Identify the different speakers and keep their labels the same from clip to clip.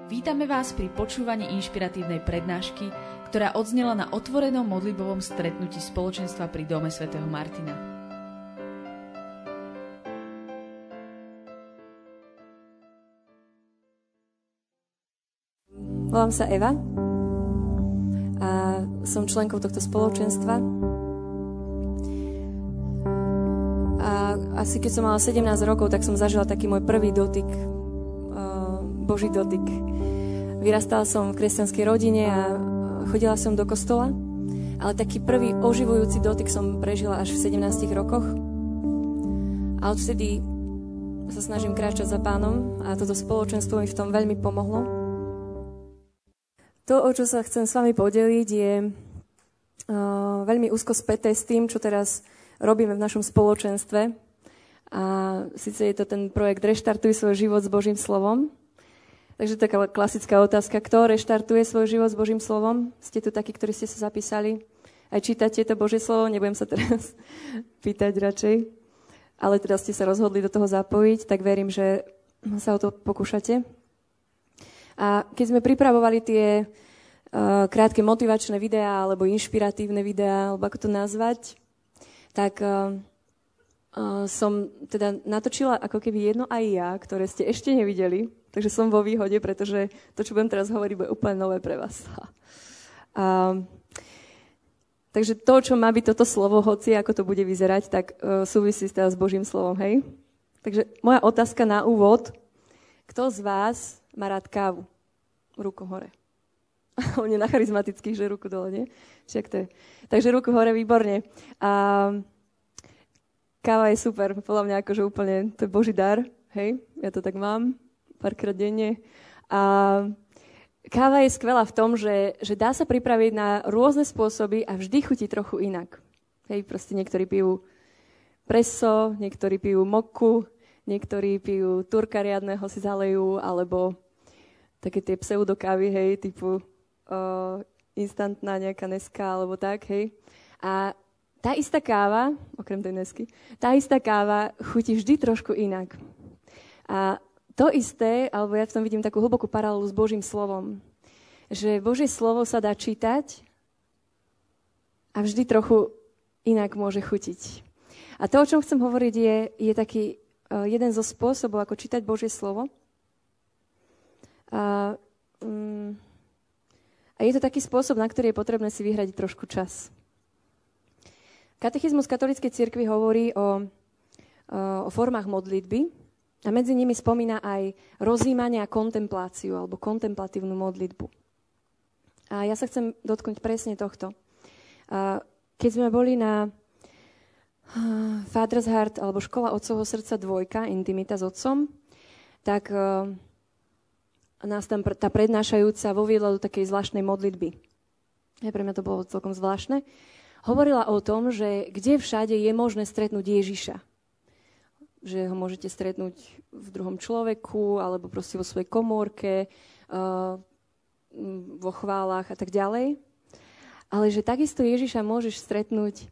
Speaker 1: Vítame vás pri počúvaní inšpiratívnej prednášky, ktorá odznela na otvorenom modlitbovom stretnutí spoločenstva pri dome svätého Martina.
Speaker 2: Volám sa Eva a som členkou tohto spoločenstva. A asi keď som mala 17 rokov, tak som zažila taký môj prvý dotyk, Boží dotyk. Vyrastala som v kresťanskej rodine a chodila som do kostola, ale taký prvý oživujúci dotyk som prežila až v 17 rokoch. A odvtedy sa snažím kráčať za Pánom a toto spoločenstvo mi v tom veľmi pomohlo. To, o čo sa chcem s vami podeliť, je veľmi úzko späté s tým, čo teraz robíme v našom spoločenstve. A síce je to ten projekt Reštartuj svoj život s Božím slovom. Takže taká klasická otázka, kto reštartuje svoj život s Božím slovom? Ste tu takí, ktorí ste sa zapísali? Aj čítate to Božie slovo? Nebudem sa teraz pýtať radšej. Ale teda ste sa rozhodli do toho zapojiť, tak verím, že sa o to pokúšate. A keď sme pripravovali tie krátke motivačné videá, alebo inšpiratívne videá, alebo ako to nazvať, tak som teda natočila ako keby jedno aj ja, ktoré ste ešte nevideli. Takže som vo výhode, pretože to, čo budem teraz hovoriť, bude úplne nové pre vás. Takže to, čo má byť toto slovo, hoci ako to bude vyzerať, tak súvisí teda s Božím slovom, hej? Takže moja otázka na úvod. Kto z vás má rád kávu? Ruku hore. On je na charizmatických, že ruku dole, nie? Čiže to je. Takže ruku hore, výborne. Káva je super, podľa mňa akože úplne, to je Boží dar, hej? Ja to tak mám. Párkrát denne. A káva je skvelá v tom, že dá sa pripraviť na rôzne spôsoby a vždy chutí trochu inak. Hej, proste niektorí pijú preso, niektorí pijú moku, niektorí pijú turka riadného si zalejú, alebo také tie pseudokávy, hej, typu instantná nejaká Neska, alebo tak, hej. A tá istá káva, okrem tej Nesky, tá istá káva chutí vždy trošku inak. A to isté, alebo ja v tom vidím takú hlbokú paralelu s Božím slovom. Že Božie slovo sa dá čítať a vždy trochu inak môže chutiť. A to, o čom chcem hovoriť, je taký jeden zo spôsobov, ako čítať Božie slovo. A je to taký spôsob, na ktorý je potrebné si vyhradiť trošku čas. Katechizmus katolíckej cirkvi hovorí o formách modlitby, a medzi nimi spomína aj rozjímanie a kontempláciu, alebo kontemplatívnu modlitbu. A ja sa chcem dotknúť presne tohto. Keď sme boli na Father's Heart, alebo Škola Otcovho srdca 2, Intimita s Otcom, tak nás tam tá prednášajúca voviedla do takej zvláštnej modlitby. Pre mňa to bolo celkom zvláštne. Hovorila o tom, že kde všade je možné stretnúť Ježiša. Že ho môžete stretnúť v druhom človeku, alebo proste vo svojej komórke, vo chválach a tak ďalej. Ale že takisto Ježiša môžeš stretnúť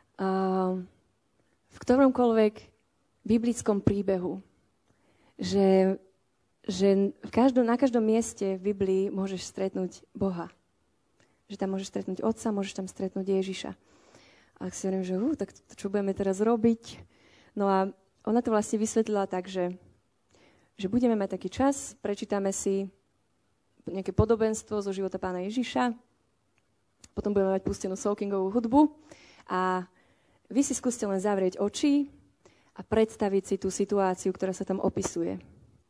Speaker 2: v ktoromkoľvek biblickom príbehu. Že na každom mieste v Biblii môžeš stretnúť Boha. Že tam môžeš stretnúť Otca, môžeš tam stretnúť Ježiša. A ak si hovorím, že tak čo budeme teraz robiť? No a ona to vlastne vysvetlila tak, že budeme mať taký čas, prečítame si nejaké podobenstvo zo života Pána Ježiša, potom budeme mať pustenú soakingovú hudbu a vy si skúste len zavrieť oči a predstaviť si tú situáciu, ktorá sa tam opisuje.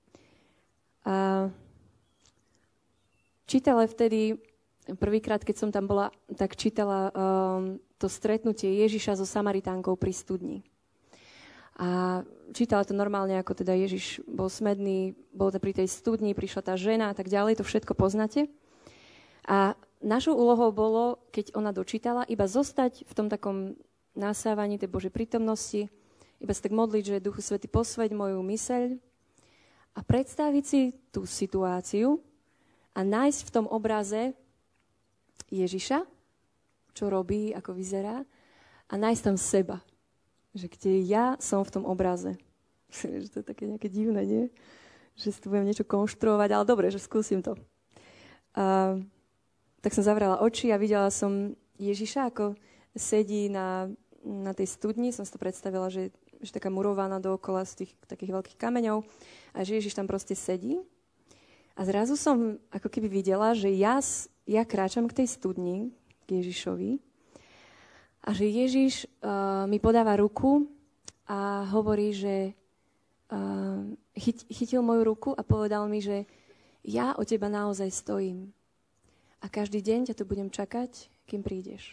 Speaker 2: A čítala vtedy, prvýkrát, keď som tam bola, tak čítala to stretnutie Ježiša so Samaritánkou pri studni. A čítala to normálne, ako teda Ježiš bol smedný, bol to pri tej studni, prišla tá žena a tak ďalej, to všetko poznáte. A našou úlohou bolo, keď ona dočítala, iba zostať v tom takom nasávaní tej Božej prítomnosti, iba sa tak modliť, že Duchu Svätý posväť moju myseľ a predstaviť si tú situáciu a nájsť v tom obraze Ježiša, čo robí, ako vyzerá, a nájsť tam seba. Že kde ja som v tom obraze. Že to je také nejaké divné, nie? že si tu budem niečo konštruovať, ale dobre, že skúsim to. Tak som zavrela oči a videla som Ježiša, ako sedí na tej studni. Som si to predstavila, že taká murovaná dookola z tých takých veľkých kameňov a že Ježiš tam proste sedí. A zrazu som ako keby videla, že ja kráčam k tej studni, k Ježišovi a že Ježiš mi podáva ruku a hovorí, že chytil moju ruku a povedal mi, že ja o teba naozaj stojím a každý deň ťa tu budem čakať, kým prídeš.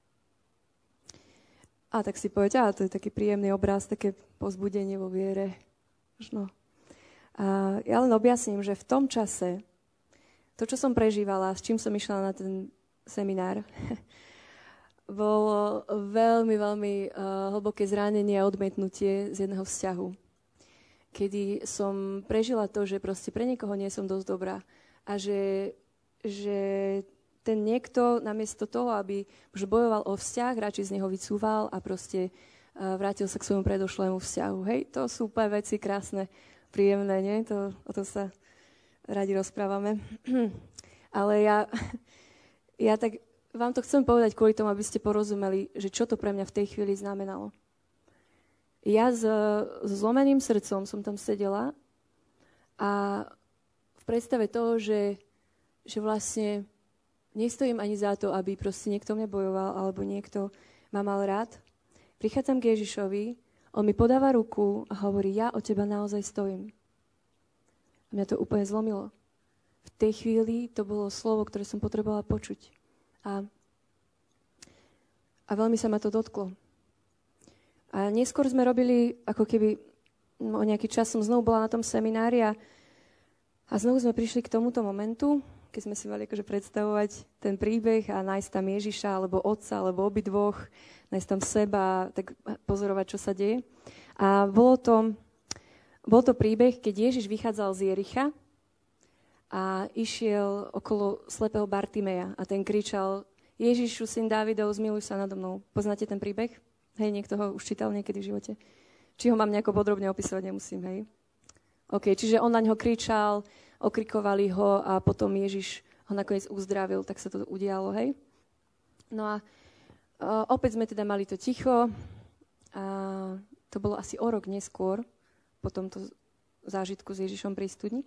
Speaker 2: A tak si povedať, to je taký príjemný obraz, také povzbudenie vo viere. Možno. A ja len objasním, že v tom čase, to, čo som prežívala, s čím som išla na ten seminár, bolo veľmi, veľmi hlboké zranenie a odmietnutie z jedného vzťahu. Kedy som prežila to, že proste pre niekoho nie som dosť dobrá a že ten niekto namiesto toho, aby už bojoval o vzťah, radšej z neho vycúval a proste vrátil sa k svojmu predošlému vzťahu. Hej, to sú úplne veci krásne, príjemné, nie? O tom sa radi rozprávame. Ale ja tak vám to chcem povedať kvôli tomu, aby ste porozumeli, že čo to pre mňa v tej chvíli znamenalo. Ja s zlomeným srdcom som tam sedela a v predstave toho, že vlastne nestojím ani za to, aby proste niekto mňa bojoval alebo niekto ma mal rád. Prichádzam k Ježišovi, on mi podáva ruku a hovorí, ja o teba naozaj stojím. A mňa to úplne zlomilo. V tej chvíli to bolo slovo, ktoré som potrebovala počuť. A veľmi sa ma to dotklo. A neskôr sme robili, ako keby o nejaký čas som znovu bola na tom seminári a znovu sme prišli k tomuto momentu, keď sme si mali akože predstavovať ten príbeh a nájsť tam Ježiša, alebo otca, alebo obidvoch, nájsť tam seba, tak pozorovať, čo sa deje. A bol to príbeh, keď Ježiš vychádzal z Jericha a išiel okolo slepého Bartimeja a ten kričal, Ježišu, syn Dávidov, zmiluj sa nado mnou. Poznáte ten príbeh? Hej, niekto ho už čítal niekedy v živote? Či ho mám nejako podrobne opisovať, nemusím, hej? OK, čiže on na ňo kričal, okrikovali ho a potom Ježiš ho nakoniec uzdravil, tak sa to udialo, hej? No a opäť sme teda mali to ticho a to bolo asi o rok neskôr po tomto zážitku s Ježišom pri studni.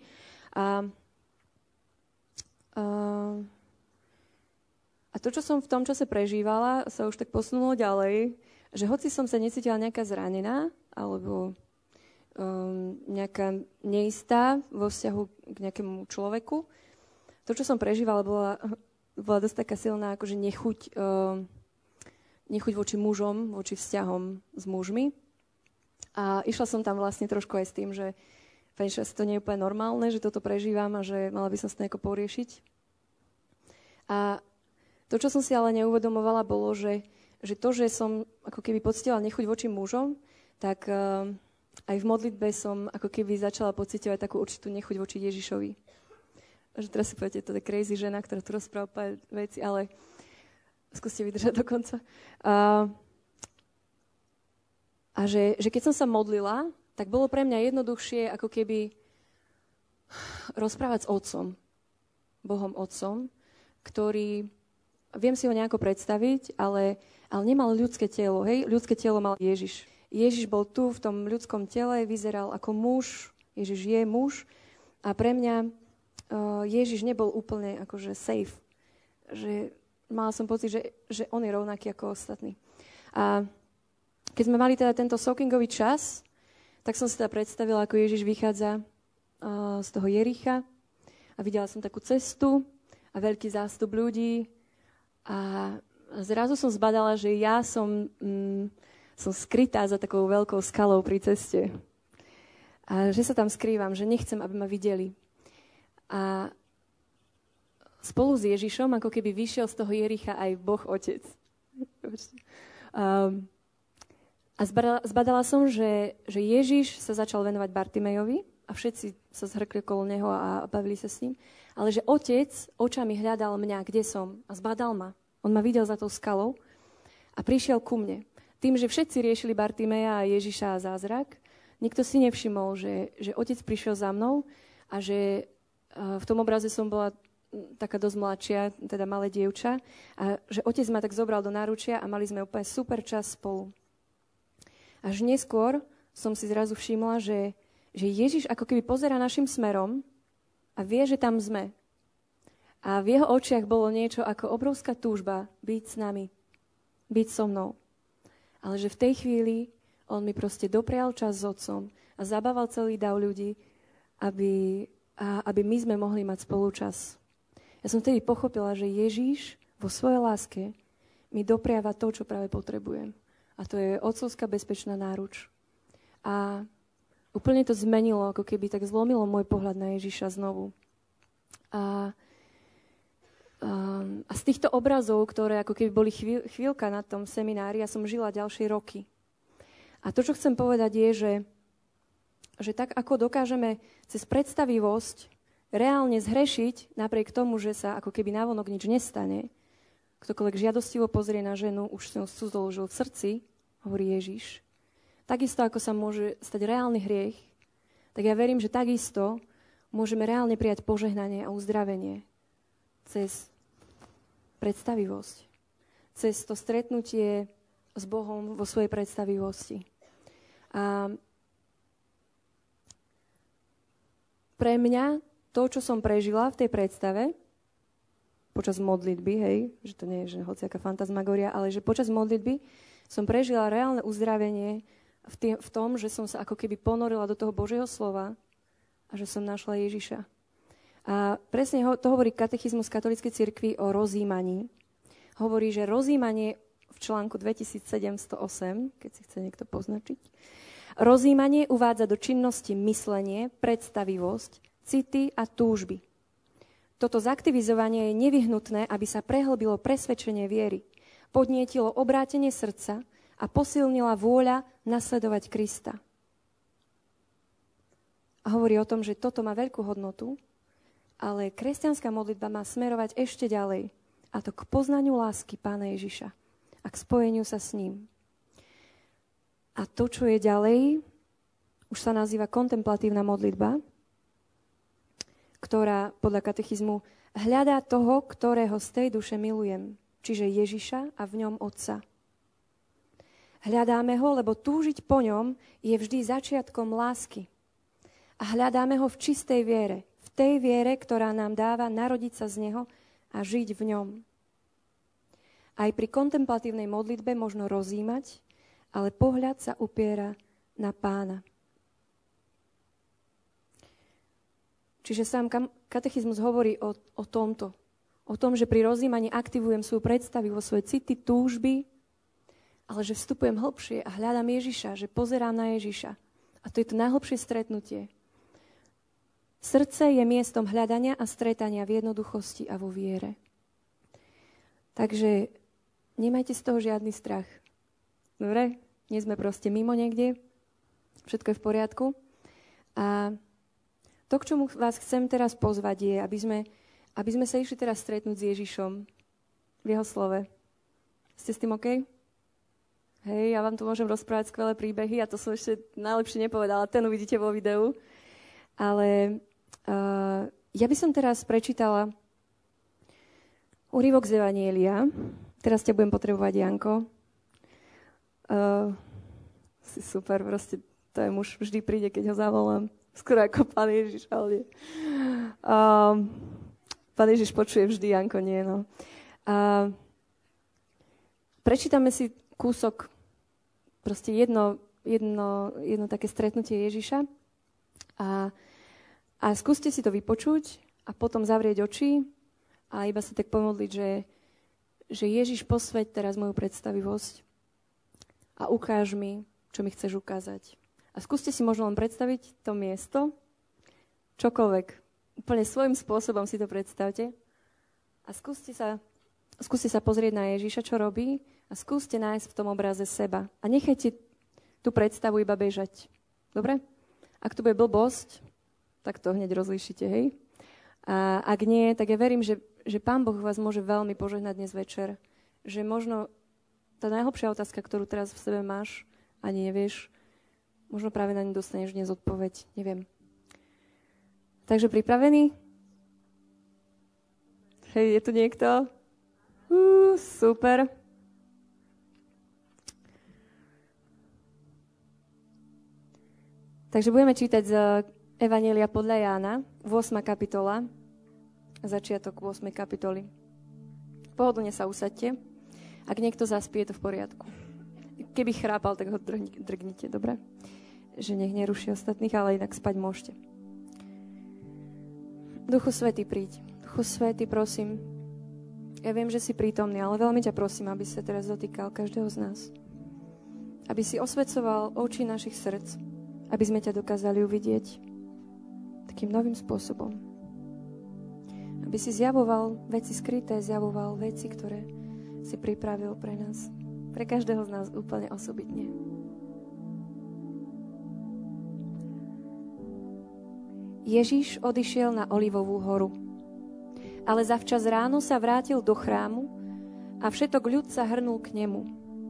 Speaker 2: A to, čo som v tom čase prežívala, sa už tak posunulo ďalej, že hoci som sa necítila nejaká zranená alebo nejaká neistá vo vzťahu k nejakému človeku. To, čo som prežívala, bola dosť taká silná akože nechuť voči mužom, voči vzťahom s mužmi. A išla som tam vlastne trošku aj s tým, že asi to nie je úplne normálne, že toto prežívam a že mala by som sa to nejako poriešiť. A to, čo som si ale neuvedomovala, bolo, že to, že som ako keby pocitila nechuť voči mužom, tak aj v modlitbe som ako keby začala pociťovať takú určitú nechuť voči Ježišovi. Že teraz si poviete, to je crazy žena, ktorá tu rozpráva pár veci, ale skúste vydržať do konca. A že keď som sa modlila, tak bolo pre mňa jednoduchšie ako keby rozprávať s Otcom, Bohom Otcom, ktorý, viem si ho nejako predstaviť, ale nemal ľudské telo, hej? Ľudské telo mal Ježiš. Ježiš bol tu v tom ľudskom tele, vyzeral ako muž, Ježiš je muž a pre mňa Ježiš nebol úplne akože safe. Že mala som pocit, že on je rovnaký ako ostatní. A keď sme mali teda tento soakingový čas, tak som si teda predstavila, ako Ježiš vychádza z toho Jericha a videla som takú cestu a veľký zástup ľudí a zrazu som zbadala, že ja som skrytá za takou veľkou skalou pri ceste. A že sa tam skrývam, že nechcem, aby ma videli. A spolu s Ježišom, ako keby vyšiel z toho Jericha aj Boh Otec. A zbadala som, že Ježiš sa začal venovať Bartimejovi a všetci sa zhrkli okolo neho a bavili sa s ním. Ale že Otec očami hľadal mňa, kde som a zbadal ma. On ma videl za tou skalou a prišiel ku mne. Tým, že všetci riešili Bartimeja a Ježiša a zázrak, nikto si nevšimol, že Otec prišiel za mnou a že v tom obraze som bola taká dosť mladšia, teda malé dievča, a že otec ma tak zobral do náručia a mali sme úplne super čas spolu. Až neskôr som si zrazu všimla, že Ježiš ako keby pozerá našim smerom a vie, že tam sme. A v jeho očiach bolo niečo ako obrovská túžba byť s nami, byť so mnou. Ale že v tej chvíli on mi proste doprial čas s otcom a zabával celý dav ľudí, aby my sme mohli mať spolu čas. Ja som vtedy pochopila, že Ježíš vo svojej láske mi dopriava to, čo práve potrebujem. A to je otcovská bezpečná náruč. A úplne to zmenilo, ako keby tak zlomilo môj pohľad na Ježiša znovu. A z týchto obrazov, ktoré ako keby boli chvíľka na tom seminári, ja som žila ďalšie roky. A to, čo chcem povedať, je, že tak ako dokážeme cez predstavivosť reálne zhrešiť, napriek tomu, že sa ako keby navonok nič nestane, ktokoľvek žiadostivo pozrie na ženu, už som cudzoložil v srdci, hovorí Ježiš, takisto ako sa môže stať reálny hriech, tak ja verím, že takisto môžeme reálne prijať požehnanie a uzdravenie cez predstavivosť. Cez to stretnutie s Bohom vo svojej predstavivosti. A pre mňa to, čo som prežila v tej predstave, počas modlitby, hej, že to nie je že hociaká fantasmagória, ale že počas modlitby som prežila reálne uzdravenie v tom, že som sa ako keby ponorila do toho Božieho slova a že som našla Ježiša. A presne to hovorí katechizmus katolíckej cirkvi o rozjímaní. Hovorí, že rozjímanie v článku 2708, keď si chce niekto poznačiť, rozjímanie uvádza do činnosti myslenie, predstavivosť, city a túžby. Toto zaktivizovanie je nevyhnutné, aby sa prehlbilo presvedčenie viery, podnietilo obrátenie srdca a posilnila vôľa nasledovať Krista. A hovorí o tom, že toto má veľkú hodnotu, ale kresťanská modlitba má smerovať ešte ďalej, a to k poznaniu lásky Pána Ježiša a k spojeniu sa s ním. A to, čo je ďalej, už sa nazýva kontemplatívna modlitba, ktorá podľa katechizmu hľadá toho, ktorého z tej duše milujem, čiže Ježiša a v ňom Otca. Hľadáme ho, lebo túžiť po ňom je vždy začiatkom lásky. A hľadáme ho v čistej viere, v tej viere, ktorá nám dáva narodiť sa z neho a žiť v ňom. Aj pri kontemplatívnej modlitbe možno rozjímať, ale pohľad sa upiera na Pána. Čiže sám katechizmus hovorí o tomto. O tom, že pri rozjímaní aktivujem svoju predstavu, svoje city, túžby, ale že vstupujem hlbšie a hľadám Ježiša, že pozerám na Ježiša. A to je to najhlbšie stretnutie. Srdce je miestom hľadania a stretania v jednoduchosti a vo viere. Takže nemajte z toho žiadny strach. Dobre? Nie sme proste mimo niekde. Všetko je v poriadku. A to, k čomu vás chcem teraz pozvať, je, aby sme sa išli teraz stretnúť s Ježišom v jeho slove. Ste s tým OK? Hej, ja vám tu môžem rozprávať skvelé príbehy a to som ešte najlepšie nepovedala, ten uvidíte vo videu. Ale ja by som teraz prečítala úryvok z Evanjelia. Teraz ťa budem potrebovať, Janko. Si super, proste to je muž, vždy príde, keď ho zavolám. Skoro ako Pán Ježiš, ale nie. Pán Ježiš počuje vždy, Janko nie. No. Prečítame si kúsok, proste jedno také stretnutie Ježiša a skúste si to vypočuť a potom zavrieť oči a iba sa tak pomodliť, že Ježiš, posväť teraz moju predstavivosť a ukáž mi, čo mi chceš ukázať. A skúste si možno len predstaviť to miesto, čokoľvek. Úplne svojím spôsobom si to predstavte a skúste sa pozrieť na Ježiša, čo robí a skúste nájsť v tom obraze seba. A nechajte tú predstavu iba bežať. Dobre? Ak to bude blbosť, tak to hneď rozlíšite, hej? A ak nie, tak ja verím, že Pán Boh vás môže veľmi požehnať dnes večer. Že možno tá najhlbšia otázka, ktorú teraz v sebe máš, ani nevieš, možno práve na ňu dostaneš dnes odpoveď. Neviem. Takže pripravení? Hej, je tu niekto? Super. Takže budeme čítať z Evanjelia podľa Jána, 8. kapitola, začiatok 8. kapitoly. Pohodlne sa usaďte. Ak niekto zaspí, je to v poriadku. Keby chrápal, tak ho drgnite, dobre? Že nech neruší ostatných, ale inak spať môžete. Duchu Svätý, príď. Duchu Svätý, prosím. Ja viem, že si prítomný, ale veľmi ťa prosím, aby sa teraz dotýkal každého z nás. Aby si osvecoval oči našich srdc, aby sme ťa dokázali uvidieť takým novým spôsobom. Aby si zjavoval veci skryté, zjavoval veci, ktoré si pripravil pre nás. Pre každého z nás úplne osobitne. Ježiš odišiel na Olivovú horu. Ale zavčas ráno sa vrátil do chrámu a všetok ľud sa hrnul k nemu.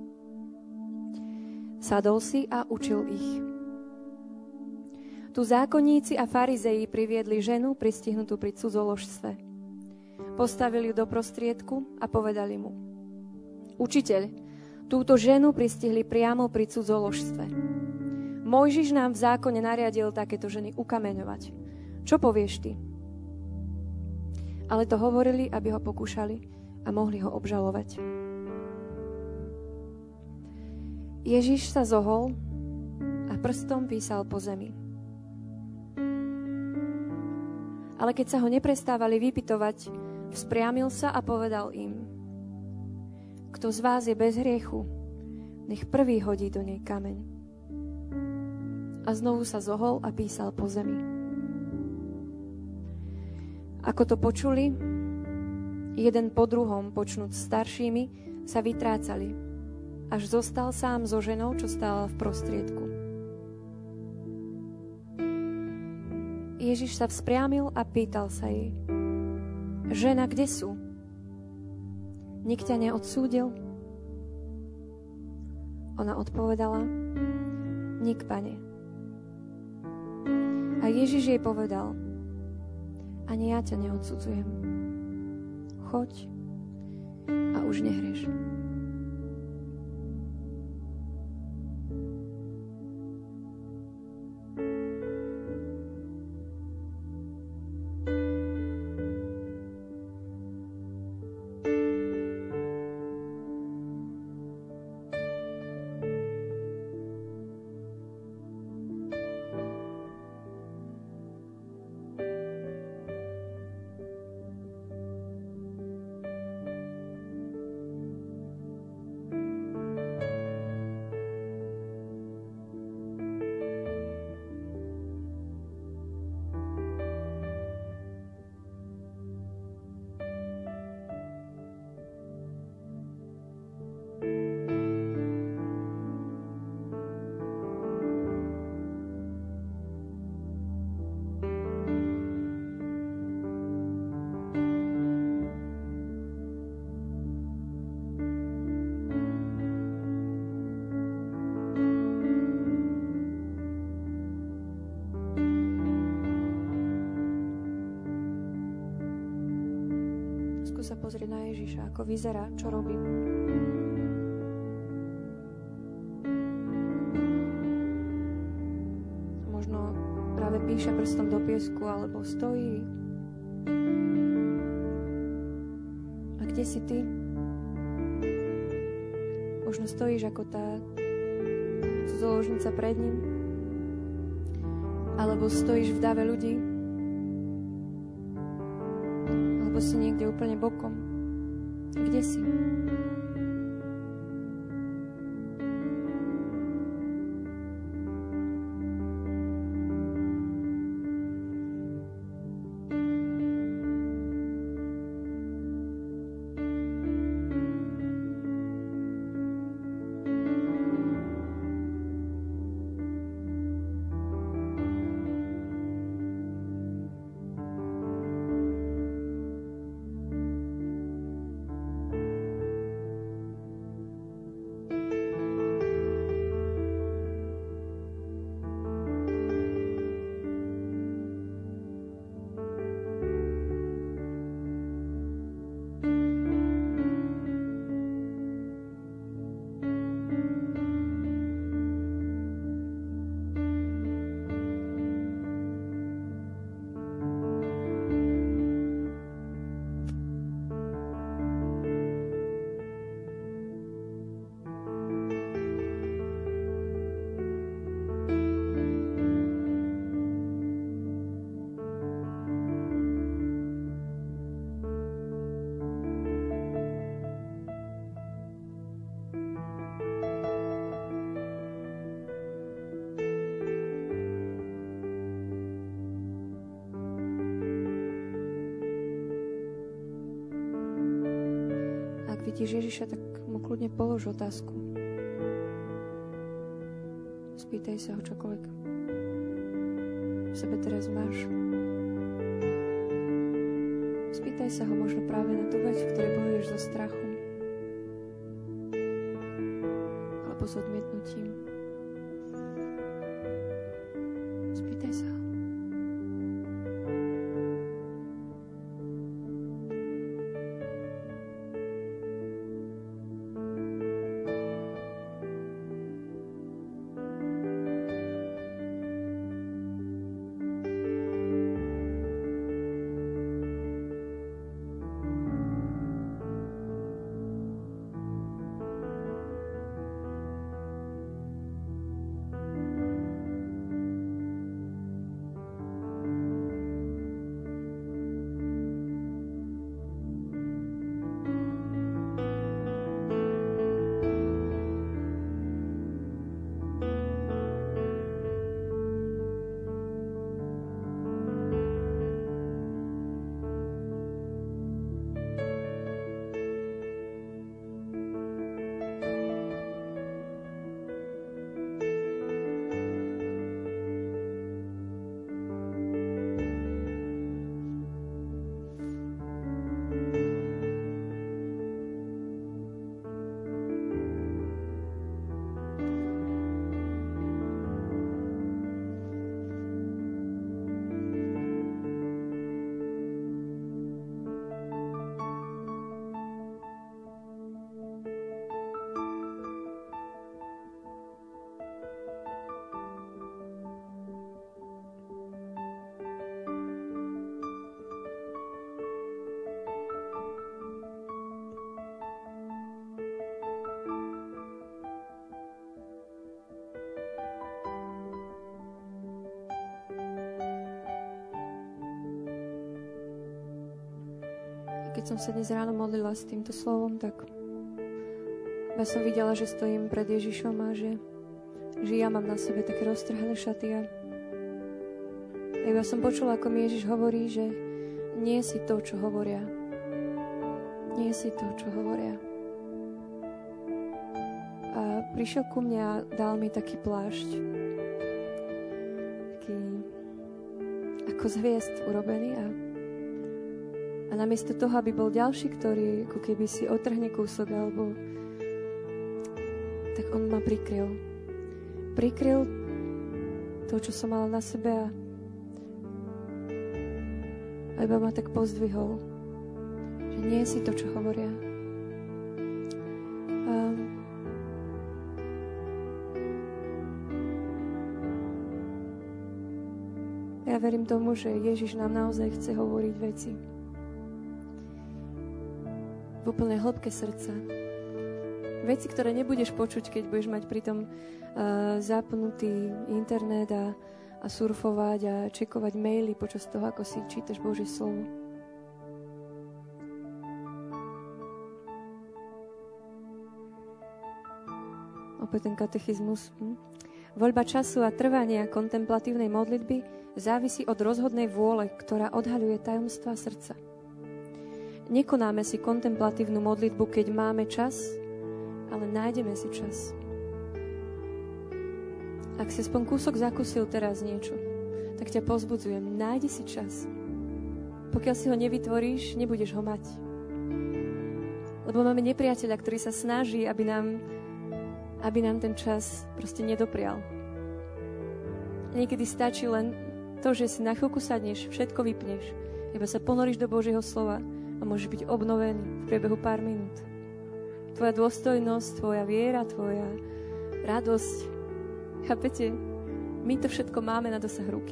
Speaker 2: Sadol si a učil ich. Tu zákonníci a farizeji priviedli ženu pristihnutú pri cudzoložstve. Postavili ju do prostriedku a povedali mu: Učiteľ, túto ženu pristihli priamo pri cudzoložstve. Mojžiš nám v zákone nariadil takéto ženy ukameňovať. Čo povieš ty? Ale to hovorili, aby ho pokúšali a mohli ho obžalovať. Ježiš sa zohol a prstom písal po zemi. Ale keď sa ho neprestávali vypytovať, vzpriamil sa a povedal im: Kto z vás je bez hriechu, nech prvý hodí do nej kameň. A znovu sa zohol a písal po zemi. Ako to počuli, jeden po druhom, počnúc staršími, sa vytrácali, až zostal sám so ženou, čo stála v prostriedku. Ježiš sa vzpriamil a pýtal sa jej: Žena, kde sú? Nik ťa neodsúdil? Ona odpovedala: Nik, Pane. A Ježiš jej povedal: Ani ja ťa neodsudzujem. Choď a už nehreš. Sa pozrieť na Ježiša, ako vyzerá, čo robí. Možno práve píše prstom do piesku, alebo stojí. A kde si ty? Možno stojíš ako tá cudzoložnica pred ním, alebo stojíš v dave ľudí, si niekde úplne bokom. Kde si? vidíš Ježiša, tak mu kľudne polož otázku. Spýtaj sa ho čokoľvek v sebe teraz máš. Spýtaj sa ho možno práve na tú vec, v ktorej bojuješ so strachom alebo s odmietnutím. Spýtaj sa ho. Keď som sa dnes ráno modlila s týmto slovom, tak ja som videla, že stojím pred Ježišom a že ja mám na sebe také roztrhané šaty a iba som počula, ako mi Ježiš hovorí, že nie si to, čo hovoria. Nie si to, čo hovoria. A prišiel ku mne a dal mi taký plášť. Taký ako z hviezd urobený a namiesto toho, aby bol ďalší, ktorý ako keby si otrhne kúsok, alebo tak on ma prikryl. Prikryl to, čo som mala na sebe a iba ma tak pozdvihol. Že nie si to, čo hovoria. Ja verím tomu, že Ježiš nám naozaj chce hovoriť veci v úplnej hĺbke srdca. Veci, ktoré nebudeš počuť, keď budeš mať pritom zapnutý internet a surfovať a čekovať maily počas toho, ako si čítaš Božie slovo. Opäť ten katechizmus. Voľba času a trvania kontemplatívnej modlitby závisí od rozhodnej vôle, ktorá odhaľuje tajomstvá srdca. Nekonáme si kontemplatívnu modlitbu, keď máme čas, ale nájdeme si čas. Ak si aspoň kúsok zakúsil teraz niečo, tak ťa povzbudzujem, nájdi si čas. Pokiaľ si ho nevytvoríš, nebudeš ho mať. Lebo máme nepriateľa, ktorý sa snaží, aby nám ten čas proste nedoprial. Niekedy stačí len to, že si na chvíľku sadneš, všetko vypneš, iba sa ponoríš do Božieho slova a môžeš byť obnovený v priebehu pár minút. Tvoja dôstojnosť, tvoja viera, tvoja radosť. Chápete? My to všetko máme na dosah ruky.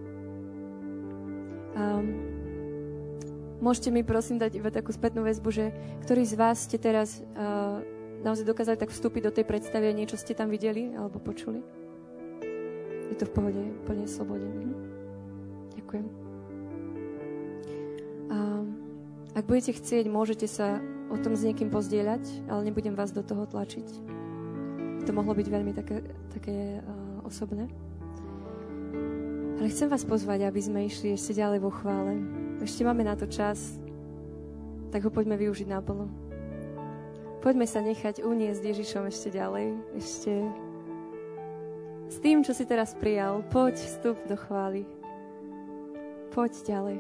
Speaker 2: Môžete mi prosím dať iba takú spätnú väzbu, že ktorí z vás ste teraz naozaj dokázali tak vstúpiť do tej predstavy a niečo ste tam videli alebo počuli? Je to v pohode, plne slobodne. Ďakujem. Ak budete chcieť, môžete sa o tom s niekým pozdieľať, ale nebudem vás do toho tlačiť. To mohlo byť veľmi také osobné. Ale chcem vás pozvať, aby sme išli ešte ďalej vo chvále. Ešte máme na to čas, tak ho poďme využiť naplno. Poďme sa nechať uniesť Ježišom ešte ďalej. Ešte s tým, čo si teraz prijal. Poď, vstup do chvály. Poď ďalej.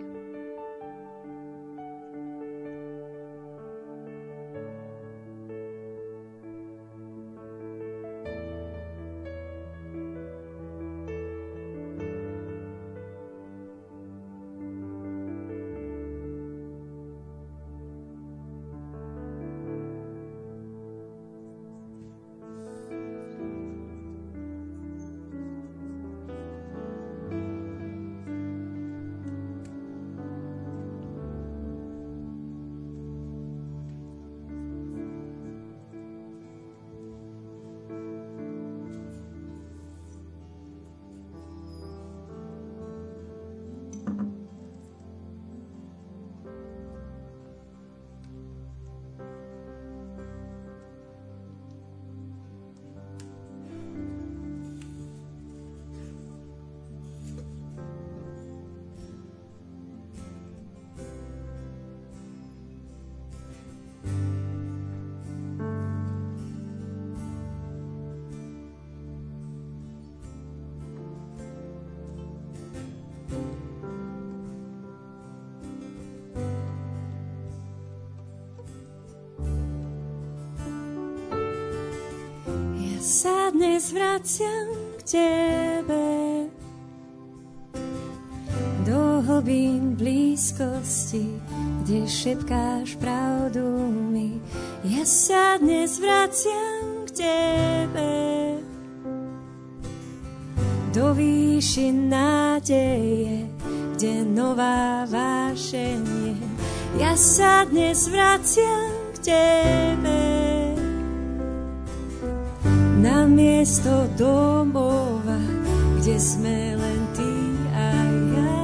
Speaker 3: Sa dnes vraciam k Tebe do hlbín blízkosti, kde šepkáš pravdu mi. Ja sa dnes vraciam k Tebe do výšin nádeje, kde nová vášeň je. Ja sa dnes vraciam k Tebe na miesto domova, kde sme len Ty a ja.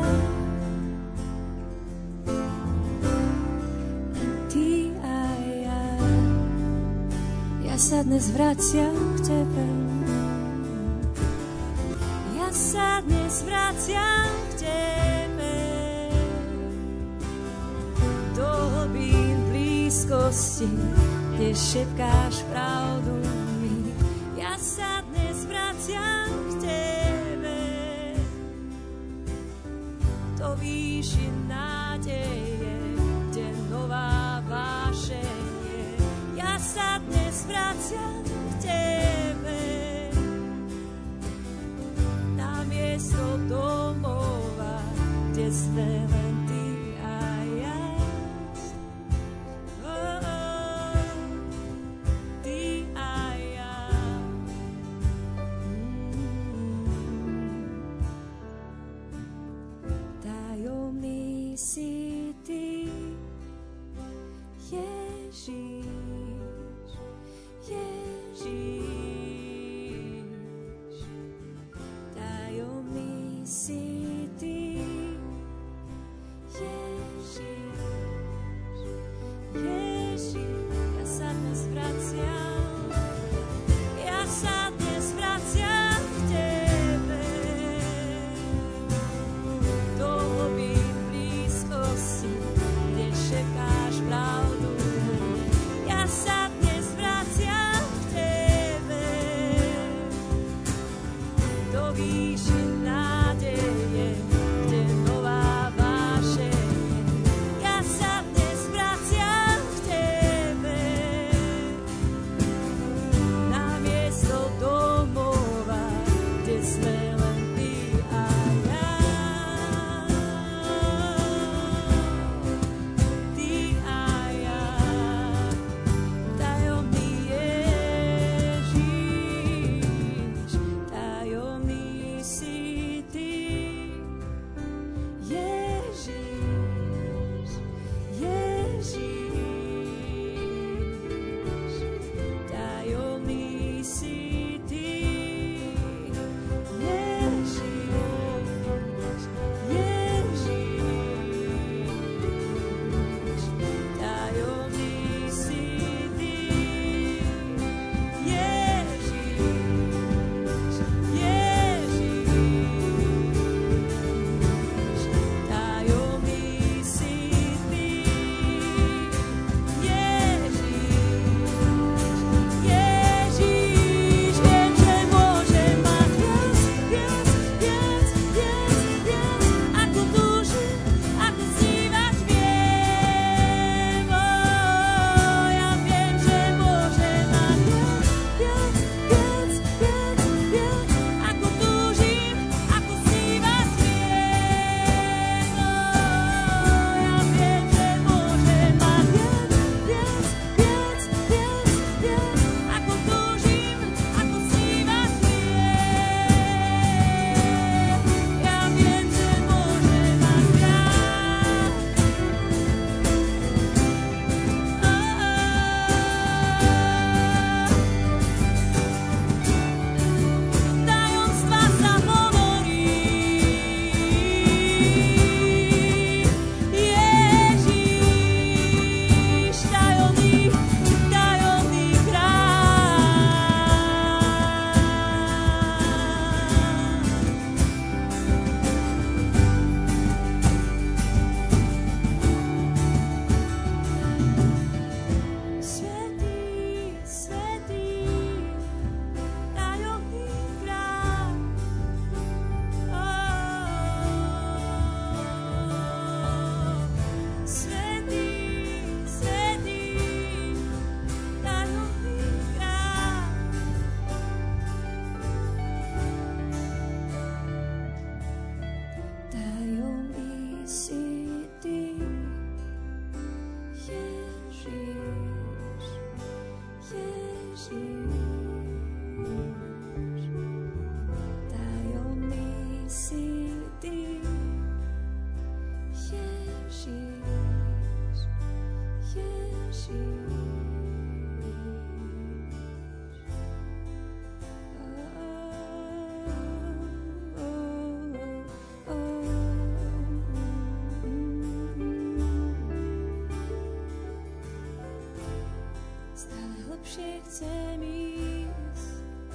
Speaker 3: Len Ty a ja. Ja sa dnes vraciam k Tebe. Ja sa dnes vraciam k Tebe do hlbín blízkosti, kde šepkáš pravdu. Ja sa dnes vraciam k Tebe do výšin nádeje, kde nová vášeň je. Ja sa dnes vraciam k Tebe na miesto domova, kde sme len Ty a ja. Si Ty, Ježiš, Ježiš, tajomný si Ty, Ježiš, Ježiš. Ja sa dnes vraciam, ja sa dnes vraciam k Tebe do hlbín blízkosti, kde šepkáš pravdu. ďalšie chcem ísť.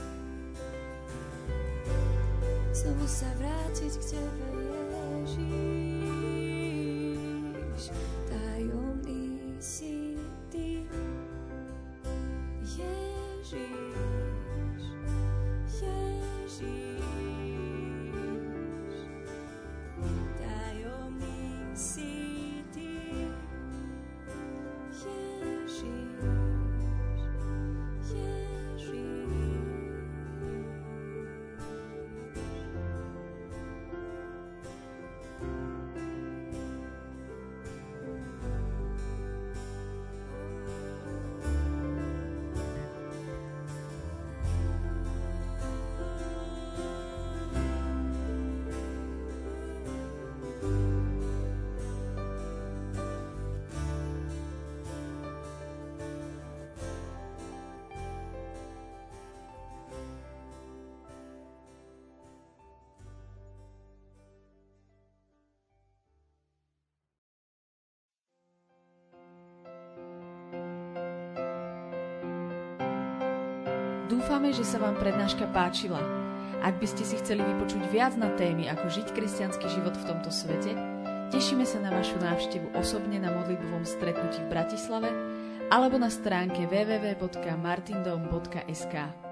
Speaker 3: Znovu sa vrátiť k tebe, Ježiš. Tajomný si ty, Ježiš, Ježiš. Tajomný si ty, Ježiš, Ježiš.
Speaker 1: Dúfame, že sa vám prednáška páčila. Ak by ste si chceli vypočuť viac na témy, ako žiť kresťanský život v tomto svete, tešíme sa na vašu návštevu osobne na modlitbovom stretnutí v Bratislave alebo na stránke www.martindom.sk.